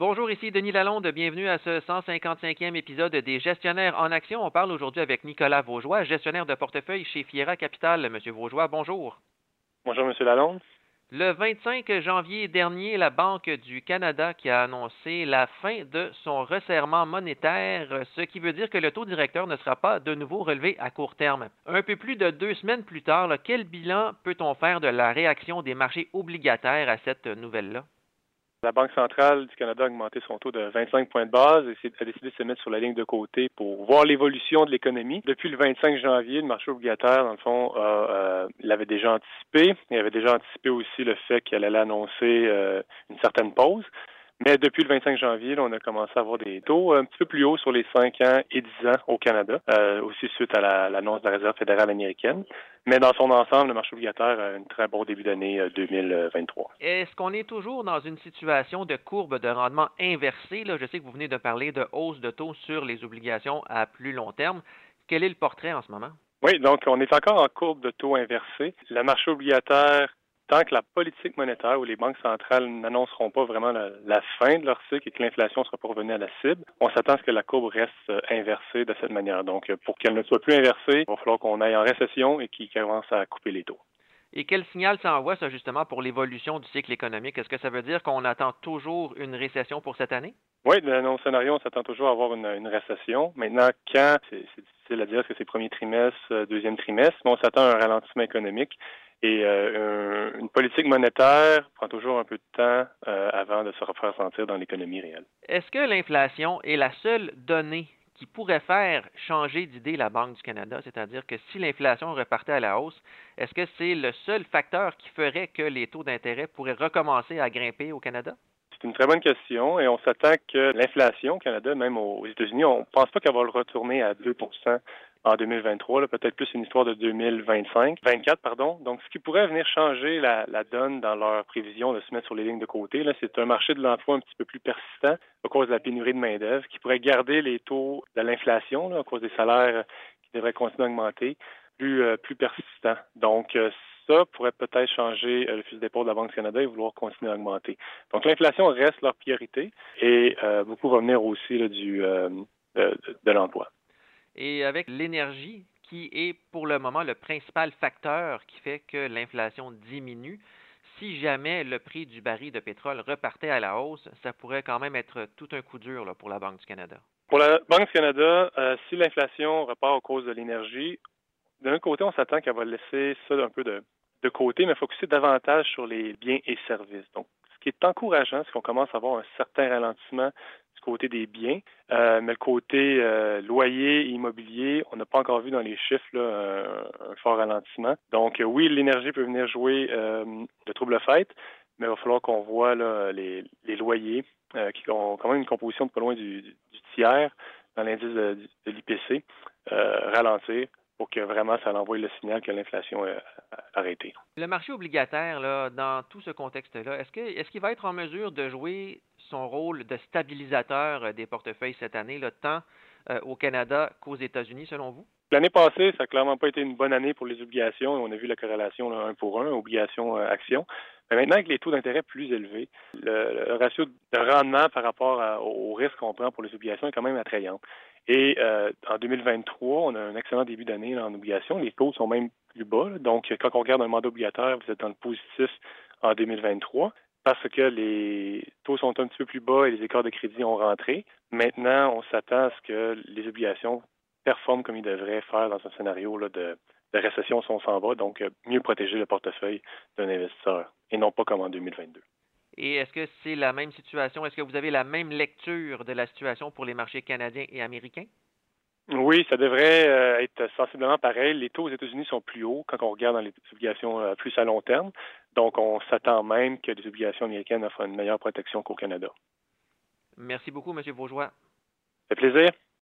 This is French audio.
Bonjour, ici Denis Lalonde. Bienvenue à ce 155e épisode des Gestionnaires en action. On parle aujourd'hui avec Nicolas Vaugeois, gestionnaire de portefeuille chez Fiera Capital. Monsieur Vaugeois, bonjour. Bonjour, Monsieur Lalonde. Le 25 janvier dernier, la Banque du Canada qui a annoncé la fin de son resserrement monétaire, ce qui veut dire que le taux directeur ne sera pas de nouveau relevé à court terme. Un peu plus de 2 semaines plus tard, quel bilan peut-on faire de la réaction des marchés obligataires à cette nouvelle-là? La Banque centrale du Canada a augmenté son taux de 25 points de base et a décidé de se mettre sur la ligne de côté pour voir l'évolution de l'économie. Depuis le 25 janvier, le marché obligataire, dans le fond, l'avait déjà anticipé. Il avait déjà anticipé aussi le fait qu'elle allait annoncer une certaine pause. Mais depuis le 25 janvier, là, on a commencé à avoir des taux un petit peu plus hauts sur les 5 ans et 10 ans au Canada, aussi suite à l'annonce de la Réserve fédérale américaine. Mais dans son ensemble, le marché obligataire a un très bon début d'année 2023. Est-ce qu'on est toujours dans une situation de courbe de rendement inversée? Là, je sais que vous venez de parler de hausse de taux sur les obligations à plus long terme. Quel est le portrait en ce moment? Oui, donc on est encore en courbe de taux inversée. Le marché obligataire, tant que la politique monétaire ou les banques centrales n'annonceront pas vraiment la fin de leur cycle et que l'inflation ne sera pas revenue à la cible, on s'attend à ce que la courbe reste inversée de cette manière. Donc, pour qu'elle ne soit plus inversée, il va falloir qu'on aille en récession et qu'il commence à couper les taux. Et quel signal ça envoie, ça, justement, pour l'évolution du cycle économique? Est-ce que ça veut dire qu'on attend toujours une récession pour cette année? Oui, dans nos scénarios, on s'attend toujours à avoir une récession. Maintenant, quand, c'est difficile à dire, est-ce que c'est premier trimestre, deuxième trimestre, mais on s'attend à un ralentissement économique. Et une politique monétaire prend toujours un peu de temps avant de se refaire sentir dans l'économie réelle. Est-ce que l'inflation est la seule donnée qui pourrait faire changer d'idée la Banque du Canada? C'est-à-dire que si l'inflation repartait à la hausse, est-ce que c'est le seul facteur qui ferait que les taux d'intérêt pourraient recommencer à grimper au Canada? C'est une très bonne question et on s'attend que l'inflation au Canada, même aux États-Unis, on ne pense pas qu'elle va le retourner à 2 en 2023, peut-être plus une histoire de 24, pardon. Donc, ce qui pourrait venir changer la donne dans leur prévision de se mettre sur les lignes de côté, là, c'est un marché de l'emploi un petit peu plus persistant à cause de la pénurie de main-d'œuvre qui pourrait garder les taux de l'inflation, là, à cause des salaires qui devraient continuer à augmenter, plus persistants. Donc, ça pourrait peut-être changer le fusil d'épaule de la Banque du Canada et vouloir continuer à augmenter. Donc, l'inflation reste leur priorité et beaucoup va venir aussi là, de l'emploi. Et avec l'énergie, qui est pour le moment le principal facteur qui fait que l'inflation diminue, si jamais le prix du baril de pétrole repartait à la hausse, ça pourrait quand même être tout un coup dur là, pour la Banque du Canada. Pour la Banque du Canada, si l'inflation repart à cause de l'énergie, d'un côté, on s'attend qu'elle va laisser ça un peu de côté, mais focuser davantage sur les biens et services. Donc, ce qui est encourageant, c'est qu'on commence à avoir un certain ralentissement du côté des biens, mais le côté loyer et immobilier, on n'a pas encore vu dans les chiffres là, un fort ralentissement. Donc, oui, l'énergie peut venir jouer de trouble fête, mais il va falloir qu'on voit là, les loyers qui ont quand même une composition de pas loin du tiers dans l'indice de l'IPC ralentir pour que vraiment ça envoie le signal que l'inflation est arrêtée. Le marché obligataire, là, dans tout ce contexte-là, est-ce qu'il va être en mesure de jouer son rôle de stabilisateur des portefeuilles cette année, là, tant au Canada qu'aux États-Unis, selon vous? L'année passée, ça n'a clairement pas été une bonne année pour les obligations. On a vu la corrélation là, 1 pour 1, obligations-actions. Mais maintenant, avec les taux d'intérêt plus élevés, le ratio de rendement par rapport au risque qu'on prend pour les obligations est quand même attrayant. Et en 2023, on a un excellent début d'année en obligations. Les taux sont même plus bas. Là. Donc, quand on regarde un mandat obligataire, vous êtes dans le positif en 2023 parce que les taux sont un petit peu plus bas et les écarts de crédit ont rentré. Maintenant, on s'attend à ce que les obligations performent comme ils devraient faire dans un scénario là, de récession si on s'en va, donc mieux protéger le portefeuille d'un investisseur et non pas comme en 2022. Et est-ce que c'est la même situation? Est-ce que vous avez la même lecture de la situation pour les marchés canadiens et américains? Oui, ça devrait être sensiblement pareil. Les taux aux États-Unis sont plus hauts quand on regarde dans les obligations plus à long terme. Donc, on s'attend même que les obligations américaines offrent une meilleure protection qu'au Canada. Merci beaucoup, M. Vaugeois. Ça fait plaisir.